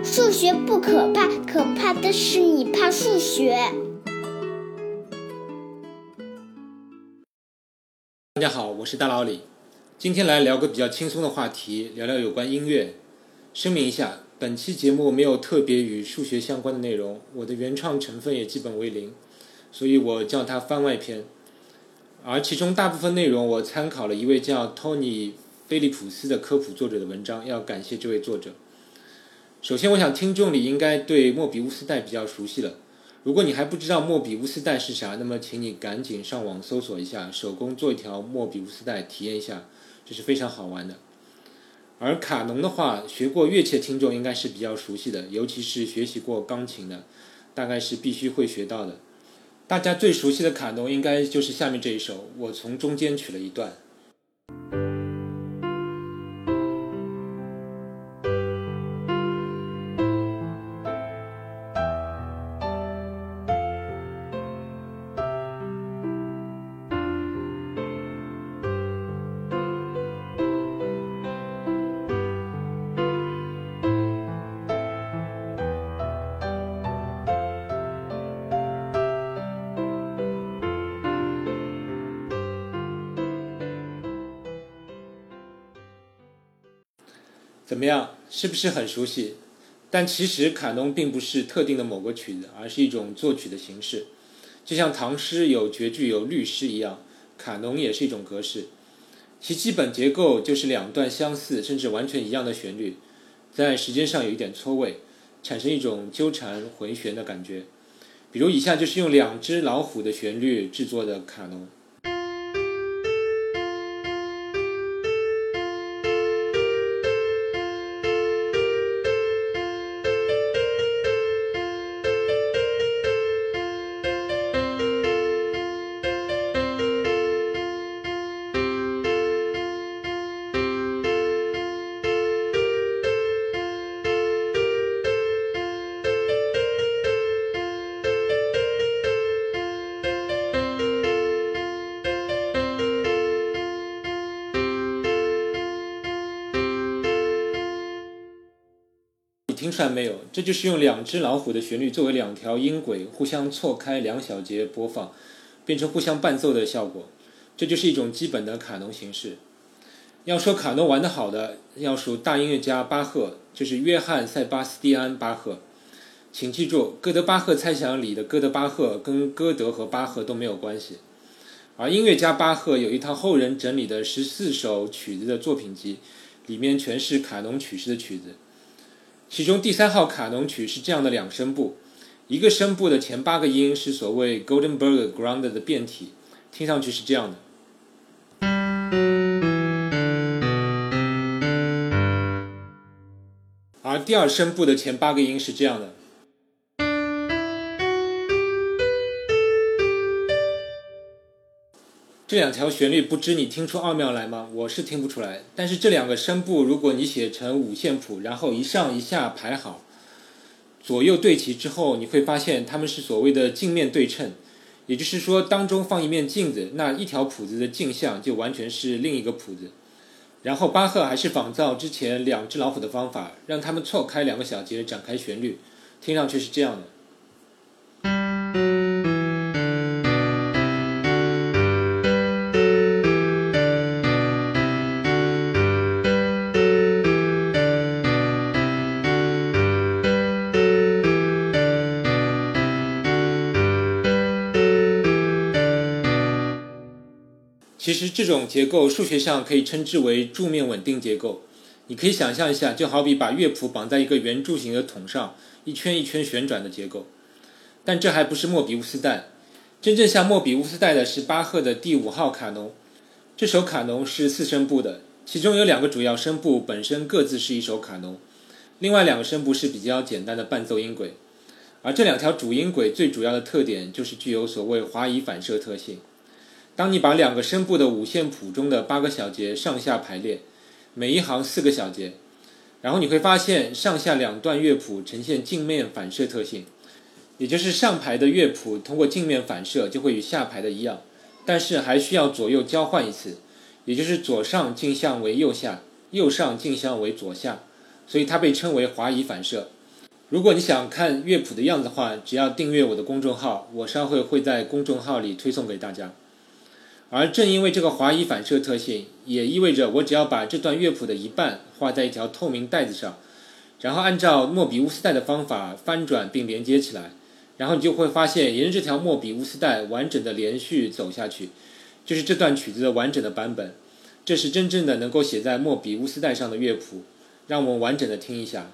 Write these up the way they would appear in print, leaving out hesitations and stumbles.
数学不可怕，可怕的是你怕数学。 大家好，我是大老李，今天来聊个比较轻松的话题，聊聊有关音乐。声明一下，本期节目没有特别与数学相关的内容，我的原创成分也基本为零，所以我叫它番外篇。而其中大部分内容我参考了一位叫托尼·菲利普斯的科普作者的文章，要感谢这位作者。首先我想听众里应该对莫比乌斯带比较熟悉了，如果你还不知道莫比乌斯带是啥，那么请你赶紧上网搜索一下，手工做一条莫比乌斯带体验一下，这是非常好玩的。而卡农的话，学过乐器的听众应该是比较熟悉的，尤其是学习过钢琴的，大概是必须会学到的。大家最熟悉的卡农应该就是下面这一首，我从中间取了一段。怎么样，是不是很熟悉？但其实卡农并不是特定的某个曲子，而是一种作曲的形式。就像唐诗有绝句有律诗一样，卡农也是一种格式。其基本结构就是两段相似甚至完全一样的旋律，在时间上有一点错位，产生一种纠缠回旋的感觉。比如以下就是用两只老虎的旋律制作的卡农。听出来没有？这就是用两只老虎的旋律作为两条音轨互相错开2小节播放，变成互相伴奏的效果。这就是一种基本的卡农形式。要说卡农玩得好的，要数大音乐家巴赫，就是约翰·塞巴斯蒂安·巴赫。请记住，哥德巴赫猜想里的哥德巴赫跟歌德和巴赫都没有关系。而音乐家巴赫有一套后人整理的14首曲子的作品集，里面全是卡农曲式的曲子。其中第3号卡农曲是这样的2声部，一个声部的前8个音是所谓 Goldenberg Ground 的变体，听上去是这样的。而第2声部的前8个音是这样的。这2条旋律不知你听出奥妙来吗？我是听不出来，但是这2个声部如果你写成5线谱，然后一上一下排好，左右对齐之后，你会发现它们是所谓的镜面对称，也就是说当中放一面镜子，那一条谱子的镜像就完全是另一个谱子。然后巴赫还是仿照之前两只老虎的方法，让它们错开2个小节展开旋律，听上去是这样的。其实这种结构数学上可以称之为柱面稳定结构。你可以想象一下，就好比把乐谱绑在一个圆柱形的桶上，一圈一圈旋转的结构。但这还不是莫比乌斯带，真正像莫比乌斯带的是巴赫的第5号卡农。这首卡农是4声部的，其中有2个主要声部本身各自是一首卡农，另外2个声部是比较简单的伴奏音轨。而这2条主音轨最主要的特点就是具有所谓滑移反射特性。当你把2个声部的5线谱中的8个小节上下排列，每一行4个小节，然后你会发现上下2段乐谱呈现镜面反射特性，也就是上排的乐谱通过镜面反射就会与下排的一样，但是还需要左右交换一次，也就是左上镜像为右下，右上镜像为左下，所以它被称为滑移反射。 如果你想看乐谱的样子的话，只要订阅我的公众号，我稍后会在公众号里推送给大家。而正因为这个滑移反射特性，也意味着我只要把这段乐谱的一半画在一条透明带子上，然后按照莫比乌斯带的方法翻转并连接起来，然后你就会发现沿着这条莫比乌斯带完整的连续走下去，就是这段曲子的完整的版本。这是真正的能够写在莫比乌斯带上的乐谱，让我们完整的听一下。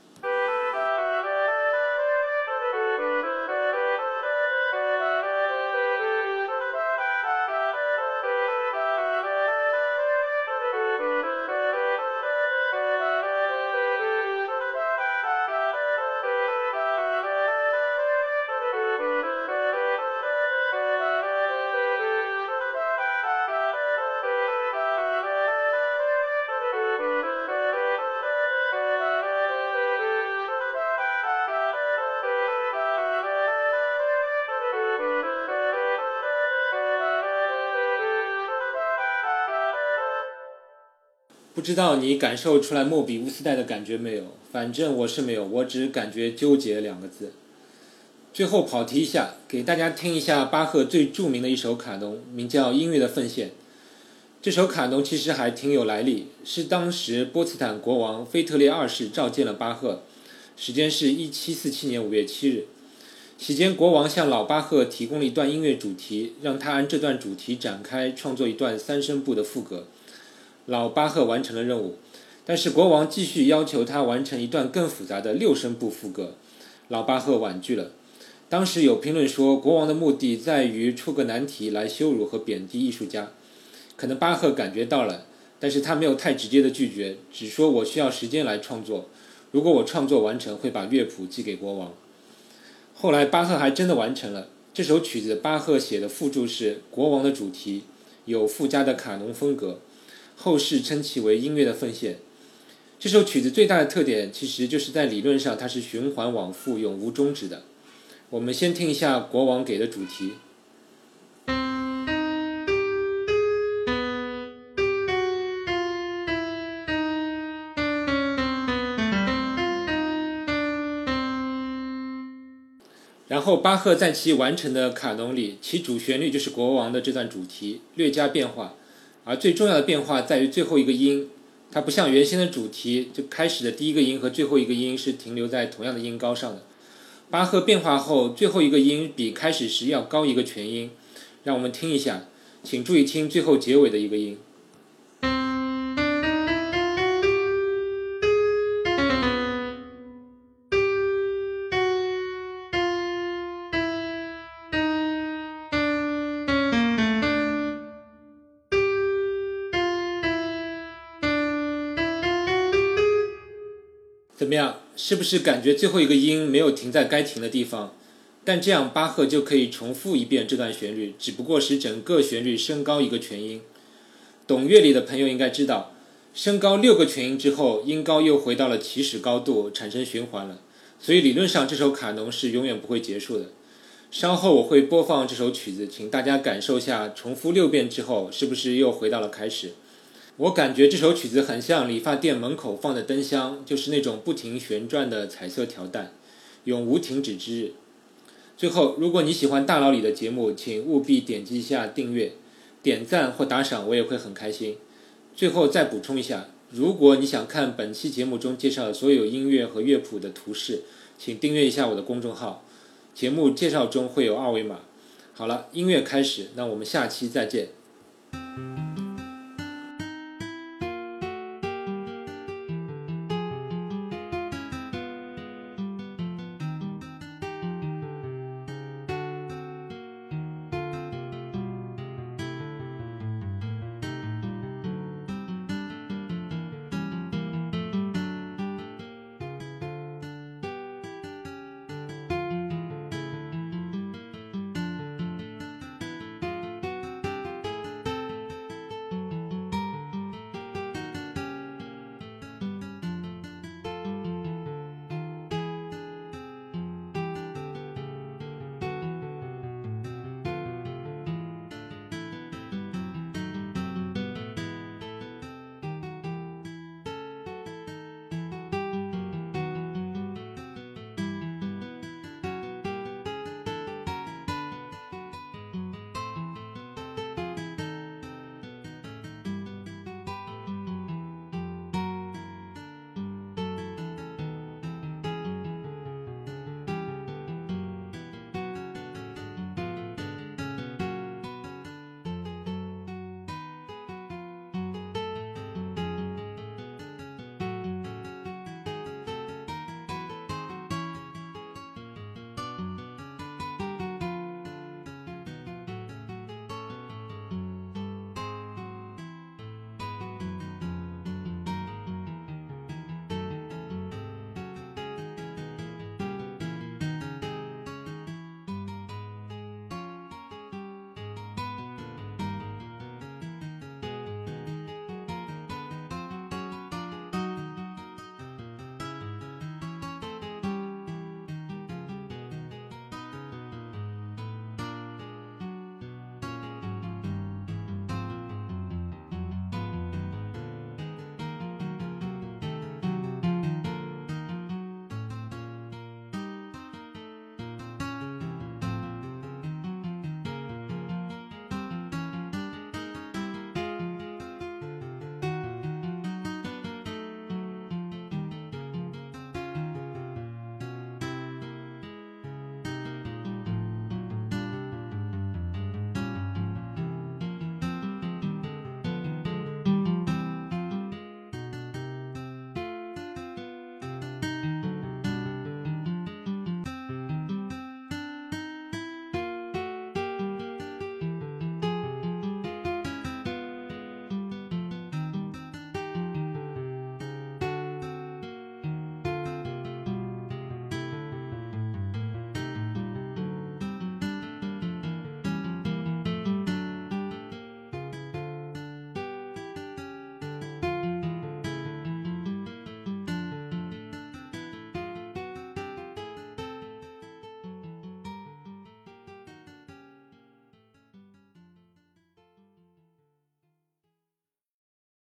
不知道你感受出来莫比乌斯带的感觉没有？反正我是没有，我只感觉纠结2个字。最后跑题一下，给大家听一下巴赫最著名的一首卡农，名叫《音乐的奉献》。这首卡农其实还挺有来历，是当时波茨坦国王腓特烈2世召见了巴赫，时间是1747年5月7日。期间国王向老巴赫提供了一段音乐主题，让他按这段主题展开创作一段3声部的赋格。老巴赫完成了任务，但是国王继续要求他完成一段更复杂的6声部赋格，老巴赫婉拒了。当时有评论说，国王的目的在于出个难题来羞辱和贬低艺术家。可能巴赫感觉到了，但是他没有太直接的拒绝，只说我需要时间来创作，如果我创作完成，会把乐谱寄给国王。后来巴赫还真的完成了这首曲子，巴赫写的附注是国王的主题，有附加的卡农风格，后世称其为音乐的奉献。这首曲子最大的特点其实就是在理论上它是循环往复，永无终止的。我们先听一下国王给的主题。然后巴赫在其完成的卡农里，其主旋律就是国王的这段主题，略加变化，而最重要的变化在于最后一个音，它不像原先的主题，就开始的第一个音和最后一个音是停留在同样的音高上的。巴赫变化后，最后一个音比开始时要高一个全音，让我们听一下，请注意听最后结尾的一个音。怎么样？是不是感觉最后一个音没有停在该停的地方？但这样巴赫就可以重复一遍这段旋律，只不过使整个旋律升高一个全音。懂乐理的朋友应该知道，升高6个全音之后，音高又回到了起始高度，产生循环了。所以理论上这首卡农是永远不会结束的。稍后我会播放这首曲子，请大家感受下重复6遍之后是不是又回到了开始。我感觉这首曲子很像理发店门口放的灯箱，就是那种不停旋转的彩色条带，永无停止之日。最后，如果你喜欢大佬里的节目，请务必点击一下订阅、点赞或打赏，我也会很开心。最后再补充一下，如果你想看本期节目中介绍的所有音乐和乐谱的图示，请订阅一下我的公众号，节目介绍中会有2维码。好了，音乐开始，那我们下期再见。